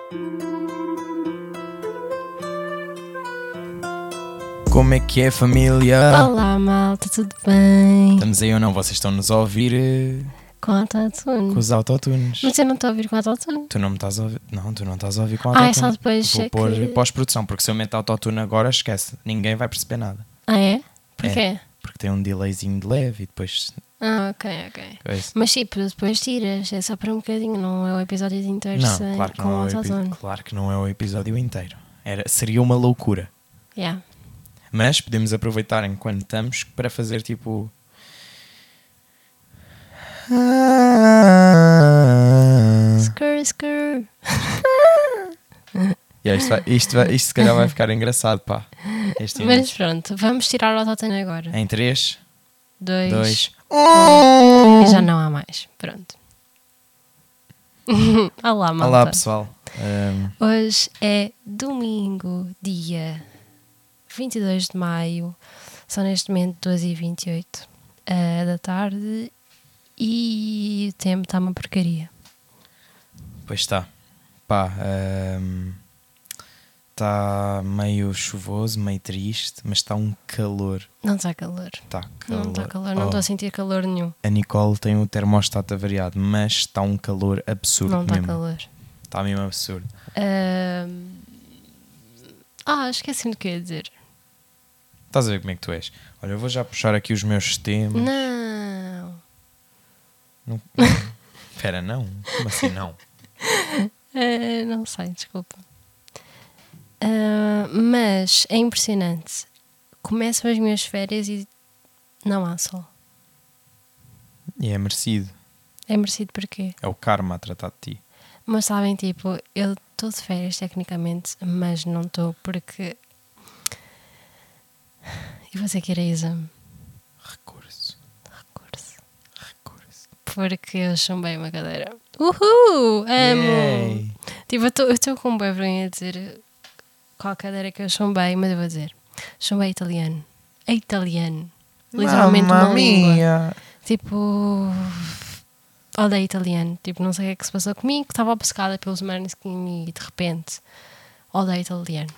Como é que é, família? Olá, malta, tudo bem? Estamos aí ou não? Vocês estão-nos a ouvir Com autotune. com os autotunes. Mas eu não estou a ouvir com autotune. Tu não me estás a ouvir? Não, tu não estás a ouvir com autotune. É só depois. Vou É pôr que... pós-produção, porque se eu meto autotune agora, esquece. Ninguém vai perceber nada. Ah, é? Porquê? É. Porque tem um delayzinho de leve e depois... Ah, ok. Coisa. Mas tipo, depois tiras. É só para um bocadinho, não é o episódio inteiro Não, sem, claro que com não, autotune. claro que não é o episódio inteiro. Seria uma loucura. Yeah. Mas podemos aproveitar enquanto estamos para fazer tipo... Skrr. Isto se calhar vai ficar engraçado, pá. Este Mas início. pronto, vamos tirar o autotune agora. Em 3, 2, 2... E já não há mais. Pronto. Olá, malta. Olá, pessoal. Hoje é domingo, dia 22 de maio, são neste momento 2h28 da tarde e o tempo está uma porcaria. Pois está. Pá, está meio chuvoso, meio triste, mas está um calor. Não está calor. Está calor. Não está calor, não estou a sentir calor nenhum. A Nicole tem o termostato avariado, mas está um calor absurdo Não está mesmo. calor. Está mesmo absurdo. Esqueci-me do que eu ia dizer. Estás a ver como é que tu és? Olha, eu vou já puxar aqui os meus sistemas. Não. Espera, não? Como assim não? Não sei, desculpa. Mas é impressionante. Começam as minhas férias e não há sol. E é merecido. É merecido porquê? É o karma a tratar de ti. Mas sabem, tipo, eu estou de férias tecnicamente, mas não estou porque eu vou ter que ir a exame. Recurso. Porque eu chumbei uma cadeira. Uhul! Amo! Yay. Tipo, eu estou com um vergonha de dizer qual cadeira que eu chumbei, mas eu vou dizer. Chumbei italiano. É italiano. Literalmente Mamma uma língua. mia. Tipo... Odeio italiano. Tipo, não sei o que é que se passou comigo. Estava obcecada pelos Maneskin e de repente odeio italiano.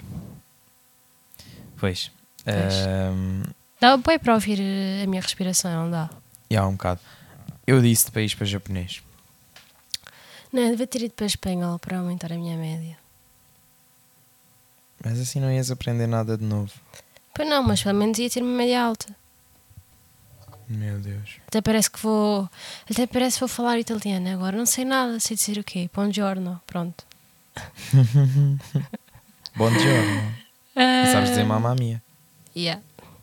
Pois. Dá bem para ouvir a minha respiração, não dá? Já um bocado. Eu disse de país para japonês. Não, devia ter ido para espanhol para aumentar a minha média. Mas assim não ias aprender nada de novo. Pois não, mas pelo menos ia ter uma média alta. Meu Deus. Até parece que vou falar italiano agora. Não sei nada, sei dizer o quê. Buongiorno, pronto. Bom dia. Sabes dizer mamma mia. Yeah.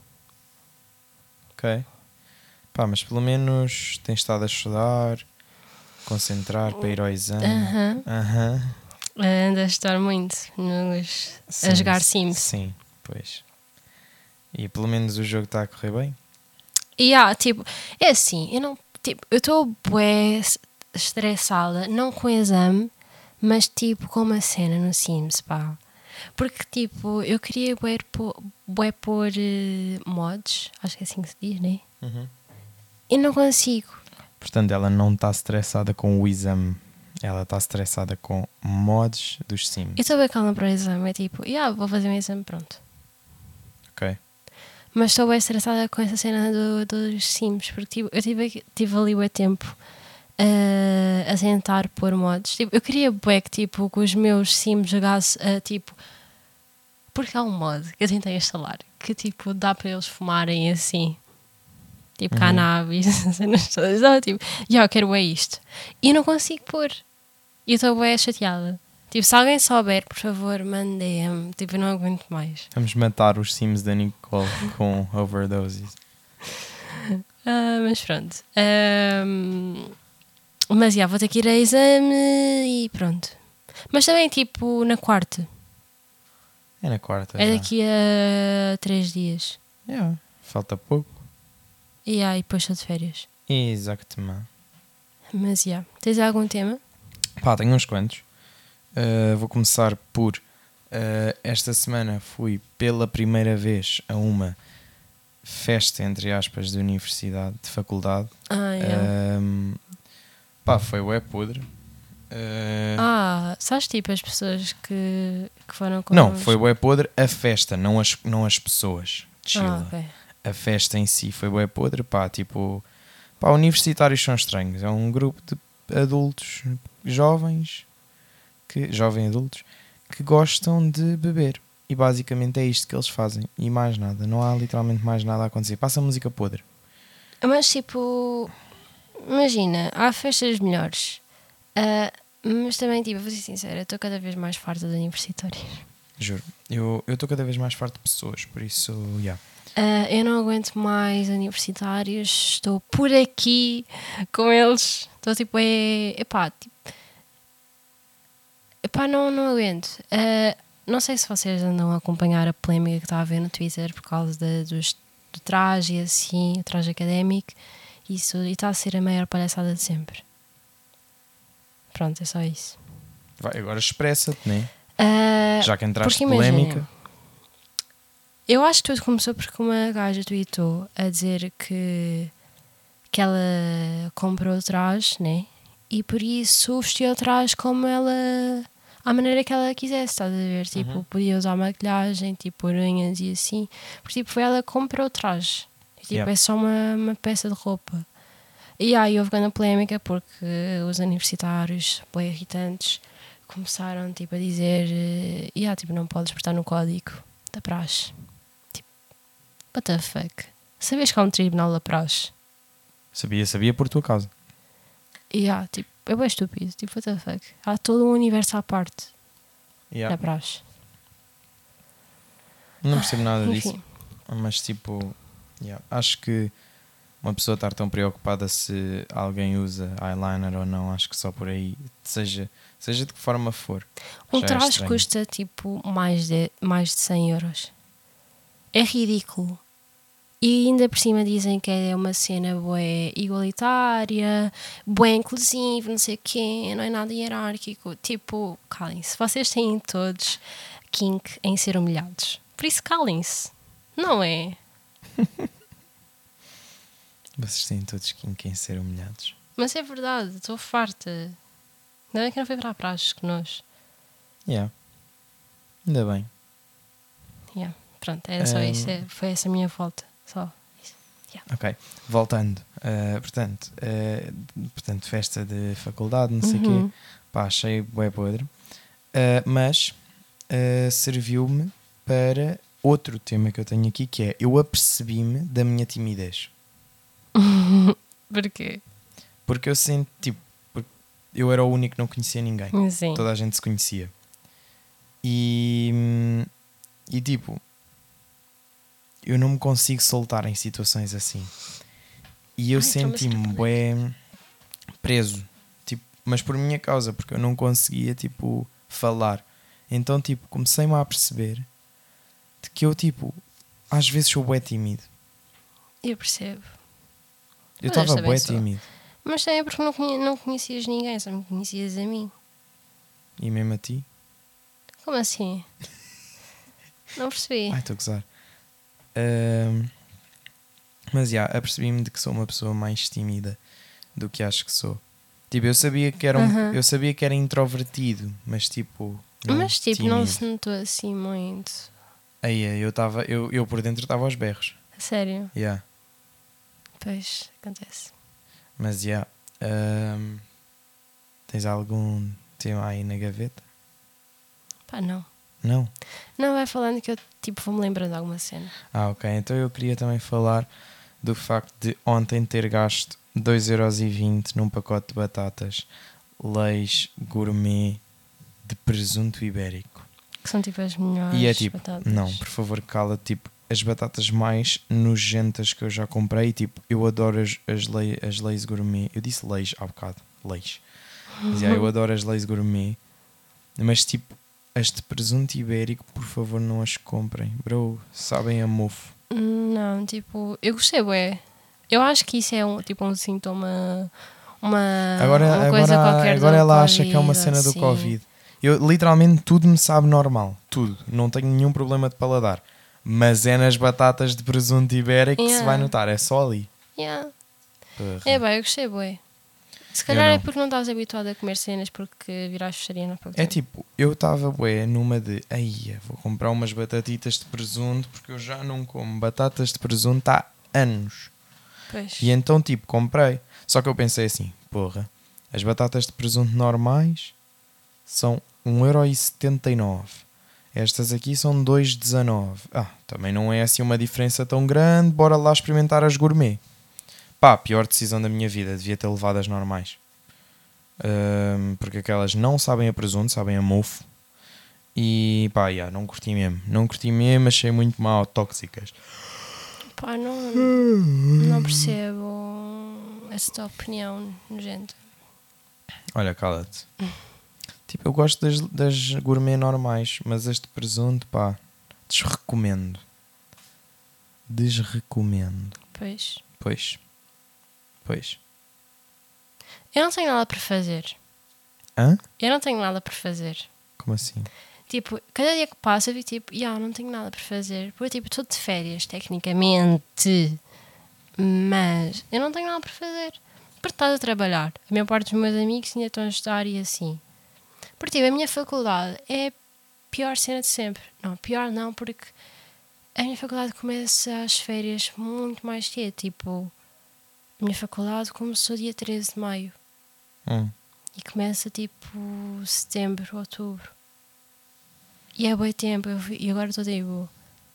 Ok. Pá, mas pelo menos tens estado a estudar, concentrar para ir ao exame. Ando a estudar muito a jogar Sims. Sim, pois. E pelo menos o jogo está a correr bem? Tipo, é assim, eu estou bué estressada, não com o exame, mas tipo com uma cena no Sims, pá. Porque tipo, eu queria bué pôr mods, acho que é assim que se diz, né? E não consigo. Portanto, ela não está estressada com o exame. Ela está estressada com mods dos Sims. Eu estou bem calma para o exame, é tipo, vou fazer um exame, pronto. Ok. Mas estou bem estressada com essa cena dos Sims, porque tipo, eu tive ali o tempo a tentar pôr mods. Tipo, eu queria bué que, tipo, que os meus Sims jogasse tipo... Porque há um mod que eu tentei instalar que tipo, dá para eles fumarem assim. Tipo, cannabis, cenas todas. Tipo, eu quero é isto. E eu não consigo pôr. E eu estou bem chateada. Tipo, se alguém souber, por favor, mandem-me. Tipo, eu não aguento mais. Vamos matar os Sims da Nicole com overdoses. Mas pronto. Mas vou ter que ir a exame e pronto. Mas também, tipo, na quarta. É na quarta. É já. daqui a 3 dias. Falta pouco. E depois estou de férias. Exatamente. Mas tens algum tema? Pá, tenho uns quantos. Vou começar por... esta semana fui pela primeira vez a uma festa, entre aspas, de universidade, de faculdade. Yeah. Pá, foi bué podre. sabes tipo as pessoas que foram com Não, foi bué podre a festa, não as pessoas. Chila. ok. A festa em si foi bué podre, pá, tipo... Pá, universitários são estranhos. É um grupo de adultos jovens, jovem adultos, que gostam de beber. E basicamente é isto que eles fazem. E mais nada. Não há literalmente mais nada a acontecer. Passa música podre. Mas tipo, imagina, há festas melhores. Mas também, tipo, vou ser sincera, estou cada vez mais farta de universitários. Juro. Eu estou cada vez mais farto de pessoas, por isso, yeah. Eu não aguento mais universitários, estou por aqui com eles. Estou tipo, não aguento. Não sei se vocês andam a acompanhar a polémica que está a haver no Twitter por causa do traje e assim, o traje académico. Isso, e está a ser a maior palhaçada de sempre. Pronto, é só isso. Vai, agora expressa-te, né? Já que entraste porque polémica. Imagina, eu acho que tudo começou porque uma gaja tweetou a dizer que ela comprou o traje, né? E por isso vestiu o traje como ela... à maneira que ela quisesse, estás a ver? Tipo, podia usar maquilhagem, tipo, unhas e assim. Porque tipo, foi ela que comprou o traje. E, tipo, é só uma peça de roupa. E aí houve grande polémica porque os universitários, bem irritantes, começaram tipo, a dizer tipo, não podes estar no código da praxe. Tipo, what the fuck? Sabias que há um tribunal da praxe? Sabia por tua causa. E tipo, é bem estúpido. Tipo, what the fuck? Há todo um universo à parte da praxe. Não percebo nada disso. Enfim. Mas tipo, acho que uma pessoa estar tão preocupada se alguém usa eyeliner ou não, acho que só por aí, seja de que forma for. Um traje custa tipo mais de 100 euros. É ridículo. E ainda por cima dizem que é uma cena bué igualitária, bué inclusiva, não sei o quê, não é nada hierárquico. Tipo, calem-se. Vocês têm todos kink em ser humilhados. Por isso calem-se. Não é? Vocês têm todos kink em ser humilhados. Mas é verdade, estou farta. Ainda bem que não foi para a praxe que nós. Ainda bem. Pronto, era só isso. Foi essa a minha volta. Só isso. Ok, voltando. Portanto, festa de faculdade, não sei o quê. Pá, achei bué podre. Mas serviu-me para outro tema que eu tenho aqui, que é: eu apercebi-me da minha timidez. Porquê? Porque eu senti, tipo, eu era o único que não conhecia ninguém. Sim. Toda a gente se conhecia. E tipo, eu não me consigo soltar em situações assim. E eu senti-me bué preso. Tipo, mas por minha causa, porque eu não conseguia, tipo, falar. Então, tipo, comecei-me a perceber de que eu, tipo, às vezes sou bué tímido. Eu percebo. Eu estava bué tímido. Mas também é porque não conhecias ninguém, só me conhecias a mim. E mesmo a ti? Como assim? Não percebi. Ai, estou a gozar. Mas apercebi-me de que sou uma pessoa mais tímida do que acho que sou. Tipo, eu sabia que era introvertido, mas tipo... Não tímido. se notou assim muito. Aí eu por dentro estava aos berros. A sério? Pois, acontece. Mas tens algum tema aí na gaveta? Pá, não. Não? Não, vai falando que eu tipo vou-me lembrando de alguma cena. Ok. Então eu queria também falar do facto de ontem ter gasto 2,20€ num pacote de batatas Lay's gourmet de presunto ibérico. Que são tipo as melhores e é tipo, batatas. Não, por favor, cala, tipo, as batatas mais nojentas que eu já comprei. Tipo, eu adoro as Lay's gourmet. Eu disse Lay's há bocado. Lay's. Mas eu adoro as Lay's gourmet. Mas tipo, as de presunto ibérico, por favor, não as comprem. Bro, sabem a mofo. Não, tipo, eu gostei, bué. Eu acho que isso é um sintoma, uma coisa qualquer. Agora ela COVID, acha que é uma cena assim. do Covid. Eu, literalmente, tudo me sabe normal. Tudo. Não tenho nenhum problema de paladar. Mas é nas batatas de presunto ibérico que se vai notar. É só ali. É bem, eu gostei, bué. Se calhar Eu é não. porque não estás habituado a comer cenas porque viraste vegetariana há pouco É tempo. tipo, eu estava bué numa de aí, vou comprar umas batatitas de presunto porque eu já não como batatas de presunto há anos. Pois. E então tipo, comprei. Só que eu pensei assim, porra, as batatas de presunto normais são 1,79€. Estas aqui são 2,19€. Também não é assim uma diferença tão grande, bora lá experimentar as gourmet. Pá, pior decisão da minha vida, devia ter levado as normais. Porque aquelas não sabem a presunto, sabem a mofo. E pá, não curti mesmo. Não curti mesmo, achei muito mal, tóxicas. Pá, não percebo essa tua opinião nojenta. Olha, cala-te. Tipo, eu gosto das gourmet normais, mas as de presunto, pá, desrecomendo. Desrecomendo. Pois. Pois. Eu não tenho nada para fazer. Hã? Eu não tenho nada para fazer. Como assim? Tipo, cada dia que passa eu fico tipo, não tenho nada para fazer. Porque tipo, estou de férias, tecnicamente. Mas eu não tenho nada para fazer. Porque estás a trabalhar. A maior parte dos meus amigos ainda estão a estudar e assim. Porque tipo, a minha faculdade é a pior cena de sempre. Não, pior não, porque a minha faculdade começa as férias muito mais cedo. Tipo, a minha faculdade começou dia 13 de maio. E começa tipo setembro, outubro. E é bom tempo. E agora estou tipo...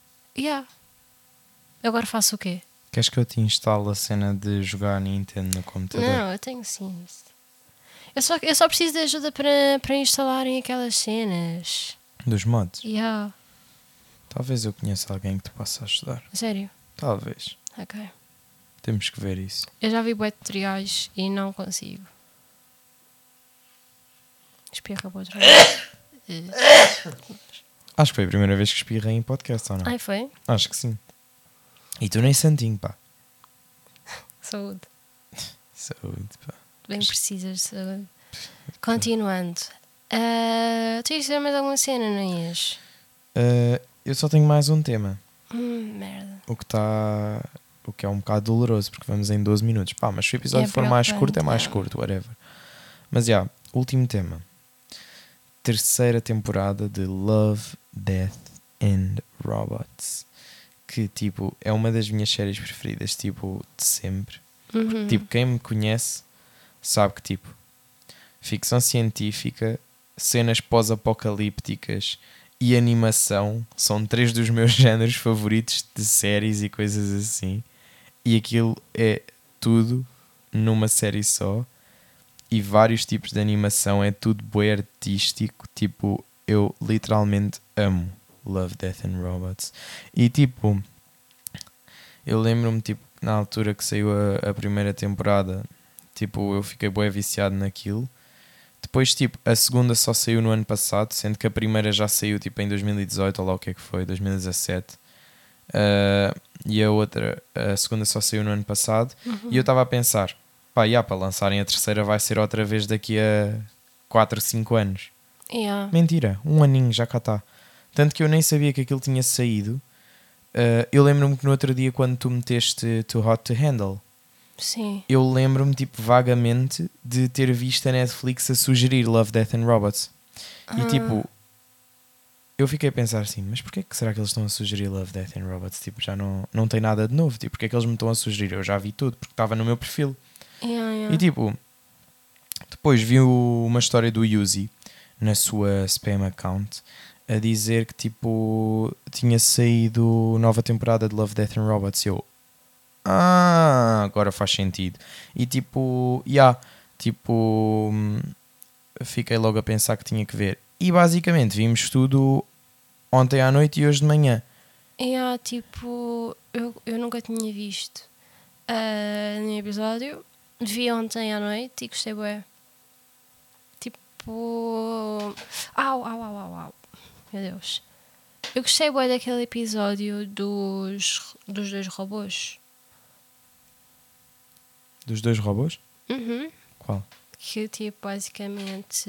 Agora faço o quê? Queres que eu te instale a cena de jogar Nintendo no computador? Não, eu tenho Sims. Eu só preciso de ajuda para instalarem aquelas cenas. Dos mods? Yeah. Talvez eu conheça alguém que te possa ajudar. Sério? Talvez. Ok. Temos que ver isso. Eu já vi bué tutoriais e não consigo. Espirra para outro lado. Acho que foi a primeira vez que espirrei em podcast, ou não? Ai, foi? Acho que sim. E tu nem santinho, pá. Saúde. Saúde, pá. Bem precisas de saúde. Continuando. Tu ias dizer mais alguma cena, não ias? Eu só tenho mais um tema. Merda. O que é um bocado doloroso, porque vamos em 12 minutos. Pá, mas se o episódio for mais curto, é mais curto, whatever. Mas último tema. Terceira temporada de Love, Death and Robots. Que, tipo, é uma das minhas séries preferidas, tipo, de sempre. Porque, tipo, quem me conhece sabe que, tipo, ficção científica, cenas pós-apocalípticas e animação são 3 dos meus géneros favoritos de séries e coisas assim. E aquilo é tudo numa série só. E vários tipos de animação, é tudo bué artístico. Tipo, eu literalmente amo Love, Death and Robots. E tipo, eu lembro-me, tipo, na altura que saiu a primeira temporada, tipo, eu fiquei bué viciado naquilo. Depois, tipo, a segunda só saiu no ano passado, sendo que a primeira já saiu, tipo, em 2018, ou lá o que é que foi, 2017. E a segunda só saiu no ano passado. E eu estava a pensar, pá, para lançarem a terceira vai ser outra vez daqui a 4, 5 anos. Mentira, 1 aninho já cá está. Tanto que eu nem sabia que aquilo tinha saído. Eu lembro-me que no outro dia, quando tu meteste Too Hot to Handle, sim, eu lembro-me, tipo, vagamente de ter visto a Netflix a sugerir Love, Death and Robots. E tipo, eu fiquei a pensar assim, mas porquê que será que eles estão a sugerir Love, Death and Robots? Tipo, já não tem nada de novo. Tipo, porquê que eles me estão a sugerir? Eu já vi tudo, porque estava no meu perfil. E tipo, depois vi uma história do Yuzi na sua spam account a dizer que, tipo, tinha saído nova temporada de Love, Death and Robots. E eu, agora faz sentido. E tipo, fiquei logo a pensar que tinha que ver. E basicamente vimos tudo ontem à noite e hoje de manhã. Tipo, eu nunca tinha visto nenhum episódio. Vi ontem à noite e gostei bué. Tipo... Au. Meu Deus. Eu gostei bué daquele episódio dos 2 robôs. Dos 2 robôs? Qual? Que, tipo, basicamente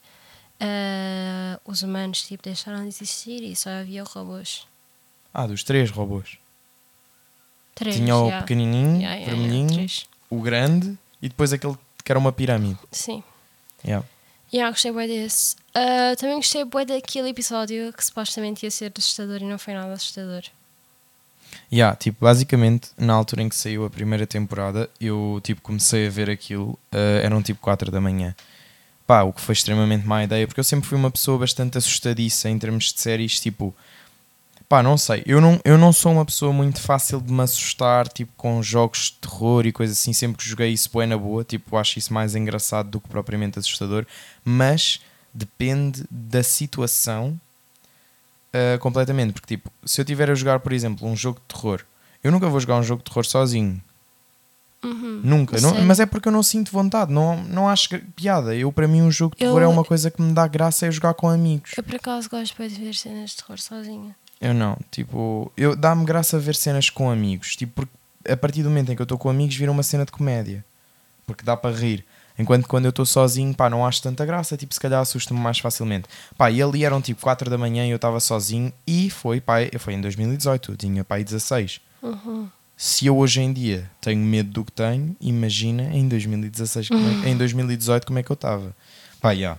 os humanos, tipo, deixaram de existir e só havia robôs. Dos 3 robôs. 3, tinha o pequenininho, vermelhinho, o grande e depois aquele que era uma pirâmide. Sim. Yeah. Gostei bué desse. Também gostei bué daquele episódio que supostamente ia ser assustador e não foi nada assustador. Tipo, basicamente, na altura em que saiu a primeira temporada, eu tipo, comecei a ver aquilo, eram tipo 4 da manhã. Pá, o que foi extremamente má ideia, porque eu sempre fui uma pessoa bastante assustadiça em termos de séries, tipo, pá, não sei, eu não sou uma pessoa muito fácil de me assustar, tipo, com jogos de terror e coisas assim, sempre que joguei isso bué na boa, tipo, acho isso mais engraçado do que propriamente assustador, mas depende da situação completamente, porque tipo, se eu estiver a jogar, por exemplo, um jogo de terror, eu nunca vou jogar um jogo de terror sozinho. Nunca, não, mas é porque eu não sinto vontade, não acho piada. Para mim, um jogo de terror é uma coisa que me dá graça, é jogar com amigos. Eu por acaso gosto de ver cenas de terror sozinha. Eu não, tipo, dá-me graça ver cenas com amigos, tipo, porque a partir do momento em que eu estou com amigos, vira uma cena de comédia, porque dá para rir. Enquanto que quando eu estou sozinho, pá, não acho tanta graça, tipo, se calhar assusta-me mais facilmente. Pá, e ali eram tipo 4 da manhã e eu estava sozinho e foi em 2018, eu tinha pá, 16. Se eu hoje em dia tenho medo do que tenho, imagina em 2016, em 2018 como é que eu estava. Pá, yeah.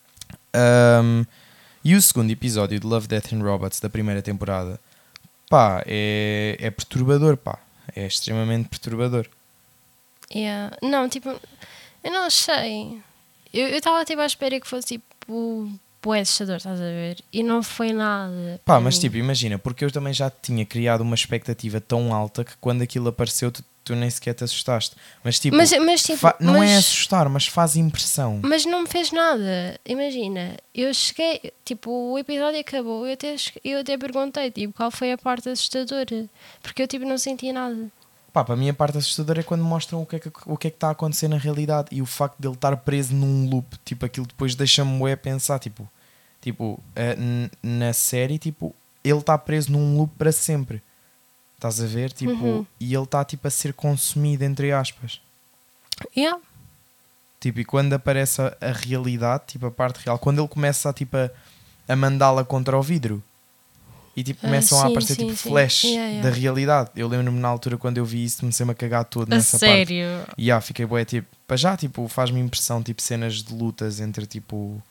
E o segundo episódio de Love, Death and Robots da primeira temporada, pá, é perturbador, pá. É extremamente perturbador. Não, tipo, eu não sei. Eu estava tipo à espera que fosse tipo bué assustador, estás a ver? E não foi nada. Pá, mas tipo, imagina, porque eu também já tinha criado uma expectativa tão alta que quando aquilo apareceu tu nem sequer te assustaste. Mas tipo, não é assustar, mas faz impressão. Mas não me fez nada. Imagina, eu cheguei, tipo, o episódio acabou, eu até perguntei, tipo, qual foi a parte assustadora? Porque eu tipo não sentia nada. Pá, para mim a parte assustadora é quando mostram o que é que está a acontecer na realidade e o facto de ele estar preso num loop, tipo, aquilo depois deixa-me pensar, tipo na série, tipo, ele está preso num loop para sempre, estás a ver, tipo, e ele está tipo a ser consumido, entre aspas. Tipo, e quando aparece a realidade, tipo, a parte real, quando ele começa a mandá-la contra o vidro e tipo começam a aparecer tipo flashes da realidade. Eu lembro-me na altura quando eu vi isso, comecei-me a cagar todo nessa parte. Sério? E fiquei bué, tipo, para já, tipo, faz-me impressão, tipo, cenas de lutas entre tipo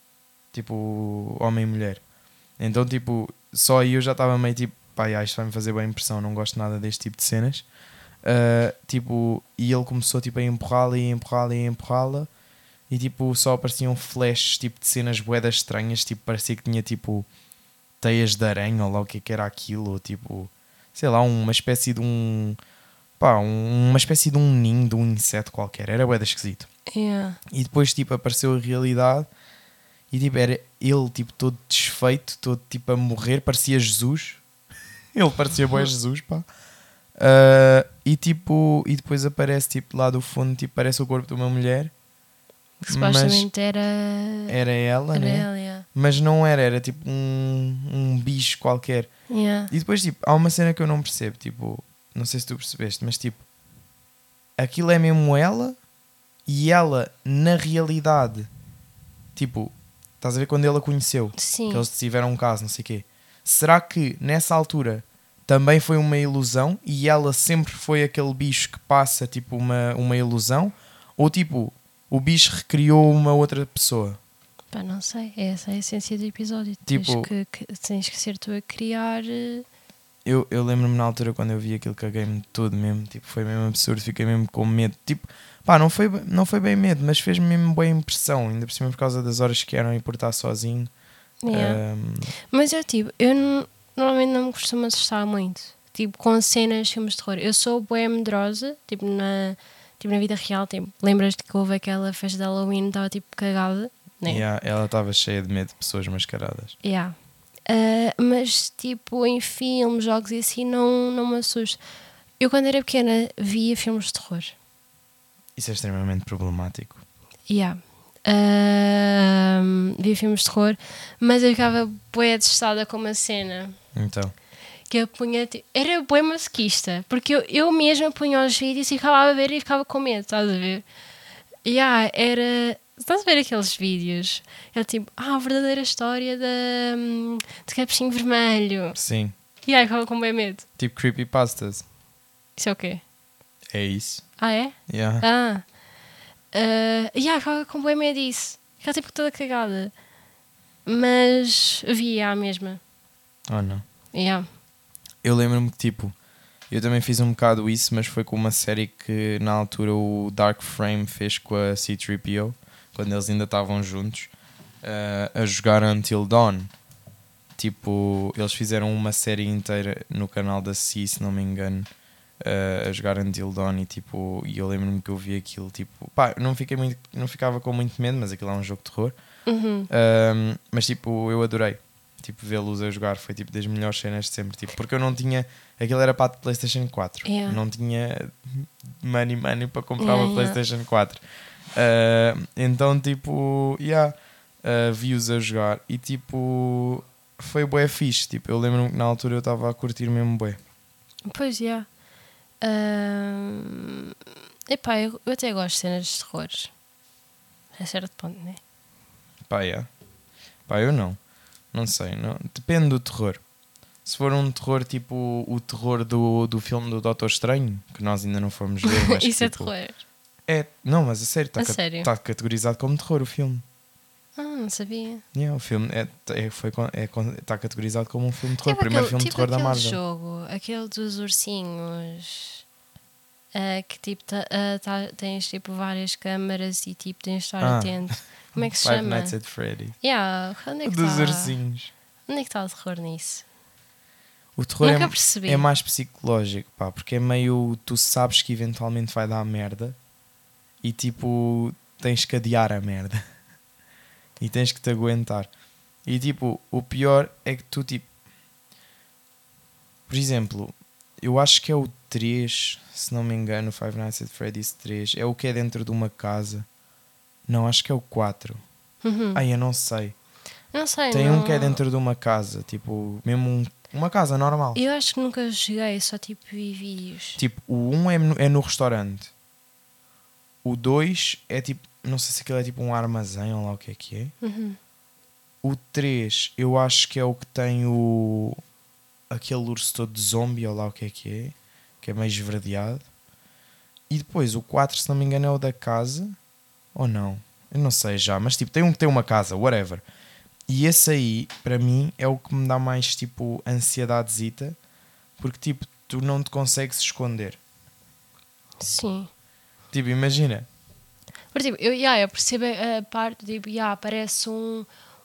homem e mulher. Então, tipo, só aí eu já estava meio tipo, pá, isto vai-me fazer bem impressão, não gosto nada deste tipo de cenas. Tipo, e ele começou tipo a empurrá-la e tipo, só apareciam flashes tipo de cenas buedas estranhas, tipo, parecia que tinha tipo teias de aranha ou lá o que era aquilo, ou tipo, sei lá, uma espécie de uma espécie de um ninho de um inseto qualquer, era bué esquisito. E depois tipo apareceu a realidade e tipo era ele tipo todo desfeito, todo tipo a morrer, parecia Jesus. Ele parecia bué Jesus, pá. E depois aparece tipo lá do fundo, tipo, parece o corpo de uma mulher. Supostamente era ela, né? Ela, mas não era tipo um bicho qualquer. E depois tipo, há uma cena que eu não percebo, tipo, não sei se tu percebeste, mas tipo, aquilo é mesmo ela e ela na realidade, tipo, estás a ver quando ele a conheceu? Sim. Que eles tiveram um caso, não sei o quê. Será que nessa altura também foi uma ilusão e ela sempre foi aquele bicho que passa tipo uma ilusão? Ou tipo, o bicho recriou uma outra pessoa? Pá, não sei, essa é a essência do episódio. Tipo, tens que ser tu a criar. Eu lembro-me na altura quando eu vi aquilo, caguei-me todo mesmo, tipo, foi mesmo absurdo, fiquei mesmo com medo, tipo, pá, não foi bem medo, mas fez-me mesmo boa impressão, ainda por cima por causa das horas que eram e por estar sozinho. Mas eu normalmente não me costumo assustar muito, tipo, com cenas, filmes de terror. Eu sou bué medrosa, tipo, na vida real, tipo, lembras-te que houve aquela festa de Halloween, estava tipo cagada, né? Ela estava cheia de medo de pessoas mascaradas. Mas tipo, em filmes, jogos e assim, não me assusto. Eu quando era pequena via filmes de terror. Isso é extremamente problemático. Via filmes de terror, mas eu ficava bué assustada com uma cena. Então? Que eu punha, era bué masoquista, porque eu mesma punha os vídeos e ficava a ver e ficava com medo, estás a ver? Estás a ver aqueles vídeos? Era tipo, a verdadeira história de Capuchinho Vermelho. Sim. E ficava com bem medo. Tipo creepypastas. Isso é o quê? É isso. É? Ficava com bem medo disso. Ficava tipo toda cagada. Mas via a mesma. Oh não. Yeah. Eu lembro-me que tipo, eu também fiz um bocado isso, mas foi com uma série que na altura o Dark Frame fez com a C-3PO, quando eles ainda estavam juntos, a jogar Until Dawn. Tipo, eles fizeram uma série inteira no canal da C, se não me engano, a jogar Until Dawn, e tipo, e eu lembro-me que eu vi aquilo, tipo, pá, não ficava com muito medo, mas aquilo é um jogo de terror. Mas tipo, eu adorei. Tipo, vê-los a jogar foi tipo das melhores cenas de sempre, tipo, porque eu não tinha, aquilo era para a PlayStation 4, Yeah. não tinha money para comprar uma Yeah. PlayStation 4. Então tipo, vi-os a jogar e tipo, foi bué fixe. Tipo, eu lembro-me que na altura eu estava a curtir mesmo bué. Pois, epá, eu até gosto de cenas de terror. A certo ponto, né? Pá, pá, eu não sei, não. Depende do terror. Se for um terror tipo o terror do filme do Doutor Estranho, que nós ainda não fomos ver, mas Isso que, é tipo, terror. não, mas a sério, A sério? está categorizado como terror o filme. Não sabia. O filme está categorizado como um filme de terror, Tipo o primeiro aquele, filme de terror da aquele Marvel. jogo, aquele dos ursinhos, que tipo tens tipo várias câmaras e tipo tens de estar atento. Como é que se Five chama? Nights at Freddy. Onde é que Dos está? ursinhos. Onde é que está o terror nisso? O terror Nunca percebi. é mais psicológico, pá, porque é meio. Tu sabes que eventualmente vai dar merda e tipo tens que adiar a merda e tens que te aguentar. E tipo, o pior é que tu tipo. Por exemplo, eu acho que é o 3, se não me engano, Five Nights at Freddy's 3, é o que é dentro de uma casa. Não, acho que é o 4. Ai, eu não sei. Não sei, Tem não... um que é dentro de uma casa, tipo, mesmo uma casa normal. Eu acho que nunca joguei, só tipo vi vídeos. Tipo, o 1 é no restaurante. O 2 é tipo, não sei se aquilo é tipo um armazém ou lá o que é. O 3 eu acho que é o que tem aquele urso todo de zombie ou lá o que é, que é meio esverdeado. E depois o 4, se não me engano, é o da casa. Ou não? Eu não sei já, mas tipo, tem um que tem uma casa, whatever. E esse aí, para mim, é o que me dá mais tipo ansiedadezita, porque tipo, tu não te consegues esconder. Sim. Tipo, imagina. Por tipo, eu percebo a parte, tipo, aparece um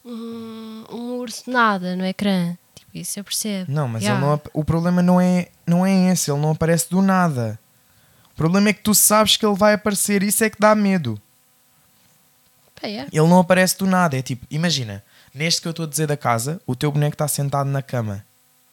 urso nada no ecrã. Tipo, isso eu percebo. Não, mas ele não, o problema não é esse, ele não aparece do nada. O problema é que tu sabes que ele vai aparecer, isso é que dá medo. Ele não aparece do nada, é tipo, imagina, neste que eu estou a dizer da casa, o teu boneco está sentado na cama.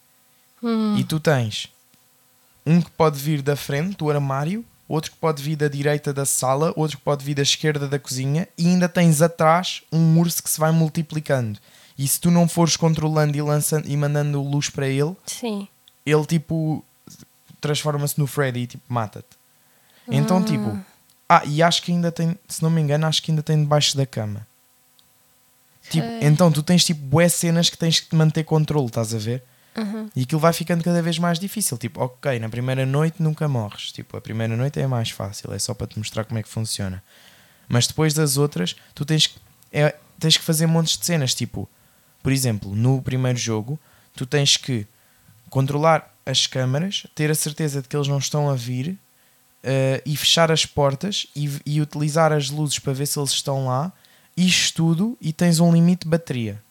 E tu tens um que pode vir da frente do armário, outro que pode vir da direita da sala, outro que pode vir da esquerda da cozinha, e ainda tens atrás um urso que se vai multiplicando. E se tu não fores controlando e lançando e mandando luz para ele, sim, ele tipo transforma-se no Freddy e tipo mata-te. Então tipo, e acho que ainda tem, se não me engano, acho que ainda tem debaixo da cama. Tipo, então tu tens tipo bué cenas que tens que te manter controle, estás a ver? E aquilo vai ficando cada vez mais difícil. Tipo, ok, na primeira noite nunca morres. Tipo, a primeira noite é mais fácil, é só para te mostrar como é que funciona. Mas depois das outras, tu tens que fazer montes de cenas. Tipo, por exemplo, no primeiro jogo, tu tens que controlar as câmaras, ter a certeza de que eles não estão a vir, e fechar as portas e utilizar as luzes para ver se eles estão lá. Isto tudo, e tens um limite de bateria.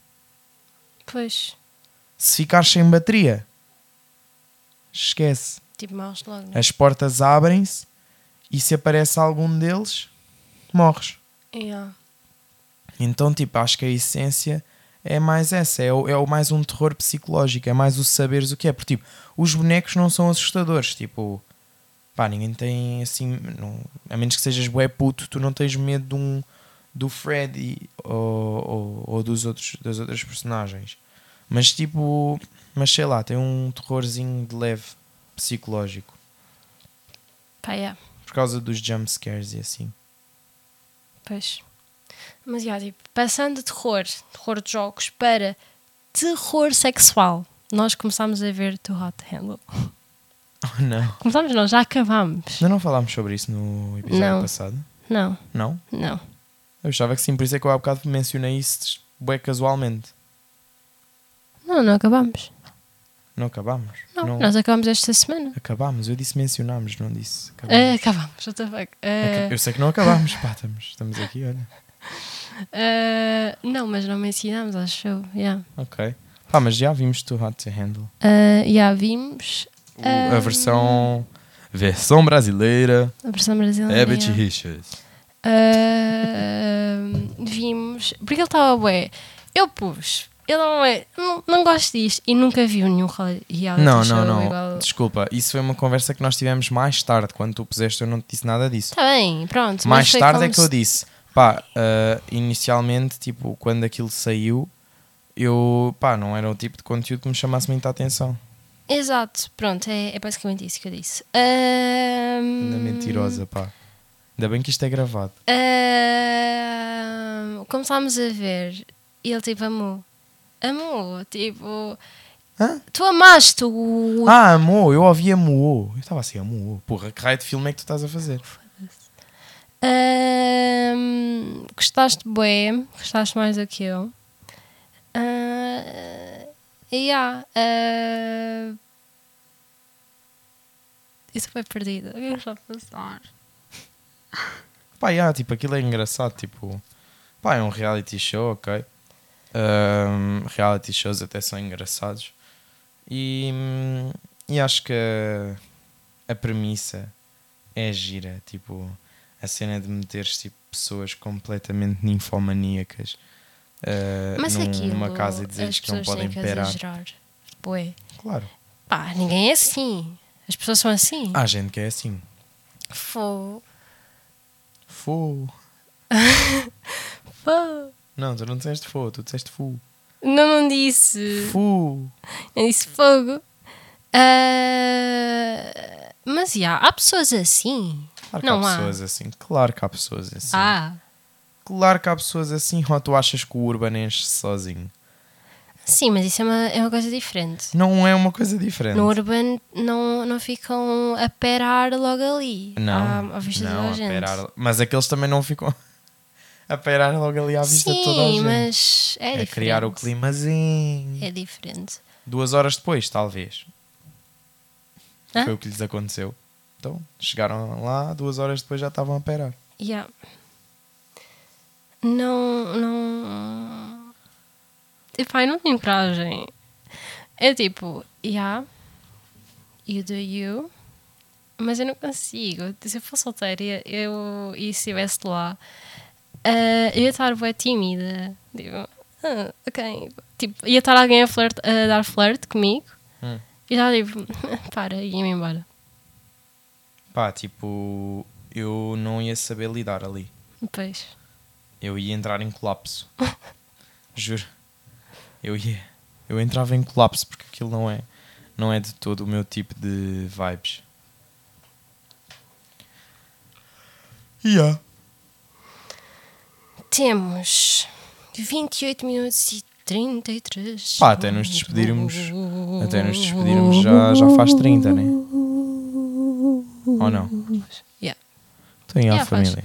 Pois. Se ficares sem bateria, esquece. Tipo, morres logo, né? As portas abrem-se e se aparece algum deles, morres. Então, tipo, acho que a essência é mais essa. É o mais um terror psicológico. É mais o saberes o que é. Porque, tipo, os bonecos não são assustadores. Tipo, pá, ninguém tem assim... Não, a menos que sejas bué puto, tu não tens medo do Freddy ou das outras personagens. Mas tipo, sei lá, tem um terrorzinho de leve psicológico. Por causa dos jumpscares e assim. Pois. Mas tipo, passando de terror de jogos para terror sexual, nós começámos a ver Too Hot to Handle. Oh, não. Começámos não, já acabámos. Não falámos sobre isso no episódio passado? Não, Não? não. Eu achava que sim, por isso é que eu há bocado mencionei isso bem casualmente. Não acabamos. Não acabámos? Não, nós acabamos esta semana. Acabámos, eu disse mencionámos, não disse acabámos. Acabamos, what the fuck. Eu sei que não acabámos, pá, estamos aqui, olha. Não, mas não mencionamos, acho eu. Yeah. Ok. Pá, mas já vimos Too Hot to Handle. Vimos. A versão brasileira. A versão brasileira. É Betty Richards. Vimos. Porque ele estava bué. Eu pus. Eu não gosto disto. E nunca vi nenhum reality Não. show igual. Desculpa, isso foi uma conversa que nós tivemos mais tarde. Quando tu puseste, eu não te disse nada disso. Está bem, pronto. Mais tarde é que eu disse. Pá, inicialmente, tipo, quando aquilo saiu, não era o tipo de conteúdo que me chamasse muita atenção. Exato, pronto, é basicamente isso que eu disse. Ainda mentirosa, pá. Ainda bem que isto é gravado. Começámos a ver e ele tipo amou, tipo... Hã? Tu amaste o... Amou, eu ouvi amou. Eu estava assim, amou. Porra, que raio de filme é que tu estás a fazer? Gostaste bué, gostaste mais do que eu. Isso foi perdido. O que é que está a passar? Pá, tipo, aquilo é engraçado. Tipo, pá, é um reality show, ok. Reality shows até são engraçados. E acho que a premissa é gira. Tipo, a cena de meteres tipo, pessoas completamente ninfomaníacas mas numa casa e dizeres que não podem parar. Bué. Claro. Pá, ninguém é assim. As pessoas são assim. Há gente que é assim. Fô. Não, tu não disseste fô, tu disseste fu. Não disse. Fu. Eu disse fogo. Mas há pessoas assim. Claro que não há pessoas assim. Claro que há pessoas assim. Claro que há pessoas assim. Ou tu achas que o Urban enche sozinho? Sim, mas isso é uma coisa diferente. Não é uma coisa diferente. No Urban não ficam a perar logo ali. Não, à vista de não, toda a a gente. peirar. Mas aqueles também não ficam a peirar logo ali à vista de toda a gente. Sim, mas é diferente. Criar o climazinho. É diferente. 2 horas depois, talvez. Hã? Foi o que lhes aconteceu. Então, chegaram lá, 2 horas depois já estavam a peirar. Yeah. Não... Epá, eu não tenho coragem. É tipo, you do you, mas eu não consigo. Se eu fosse solteira e se estivesse lá, eu ia estar bué tímida. Tipo, ok. Tipo, ia estar alguém a dar flerte comigo e já tipo, para, e ia-me embora. Pá, tipo, eu não ia saber lidar ali. Pois. Eu ia entrar em colapso. Juro. Eu entrava em colapso porque aquilo não é de todo o meu tipo de vibes. Temos 28 minutos e 33. Pá, até nos despedirmos já faz 30, né? Ou não? Yeah. Estou em a família.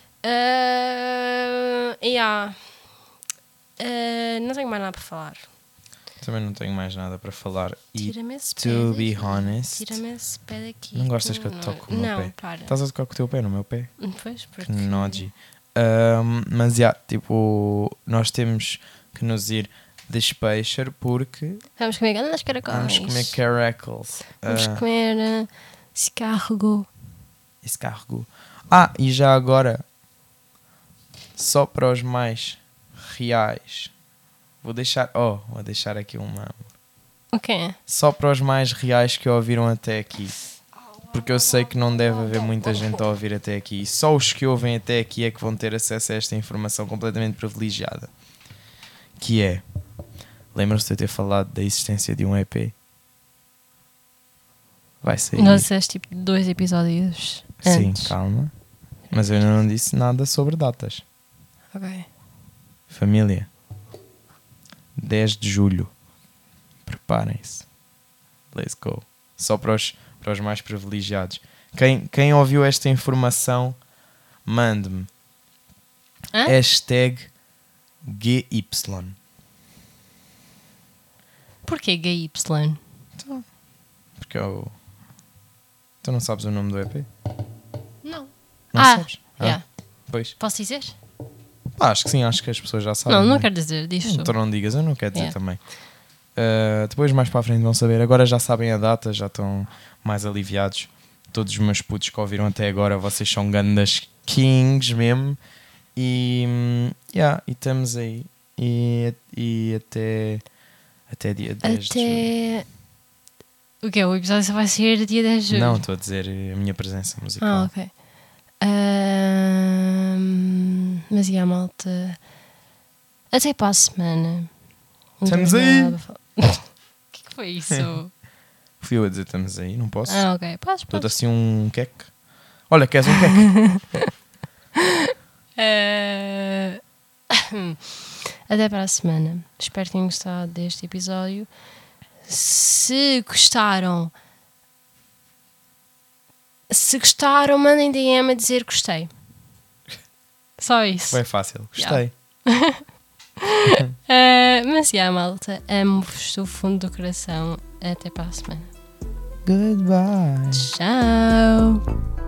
Não tenho mais nada para falar. Também não tenho mais nada para falar. E Tira-me esse pé to daqui. be honest, Tira-me esse pé daqui. não gostas que eu te toque com o meu pé? Não, para. Estás a tocar com o teu pé no meu pé? Pois, porque... Que noji. Mas tipo, nós temos que nos ir despeixar porque Vamos comer grandes caracóis. vamos comer caracals. Vamos comer escargot. Escargot. E já agora, só para os mais reais, vou deixar aqui uma. O quê? Só para os mais reais que ouviram até aqui. Porque eu sei que não deve haver muita gente a ouvir até aqui. E só os que ouvem até aqui é que vão ter acesso a esta informação completamente privilegiada. Que é... Lembram-se de eu ter falado da existência de um EP? Vai sair. Nós disseste tipo 2 episódios antes. Sim, calma. Mas eu ainda não disse nada sobre datas. Ok. Família. 10 de julho. Preparem-se. Let's go. Só para os mais privilegiados. Quem ouviu esta informação mande-me Hã? hashtag GY. Porquê GY? Porque eu... Tu não sabes o nome do EP? Não. Não sabes? Yeah. Pois. Posso dizer? Pá, acho que sim, acho que as pessoas já sabem. Não né? quero dizer, diz tu. Então não digas, eu não quero dizer Yeah. também. Depois mais para a frente vão saber. Agora já sabem a data, já estão mais aliviados. Todos os meus putos que ouviram até agora, vocês são grandes kings mesmo. E estamos aí. E até dia 10 de julho. Até. O quê? O episódio só vai sair dia 10 de julho? Não, estou a dizer a minha presença musical. Ah, ok. Mas e a malta? Até para a semana. Estamos aí. O que foi isso? Fui eu a dizer estamos aí, não posso? Ah, ok. Podes. Dou-te assim um queque. Olha, queres um queque? Até para a semana. Espero que tenham gostado deste episódio. Se gostaram, mandem DM a dizer gostei. Só isso. Bem fácil, gostei. Mas malta, amo-vos do fundo do coração. Até para a semana. Goodbye. Tchau.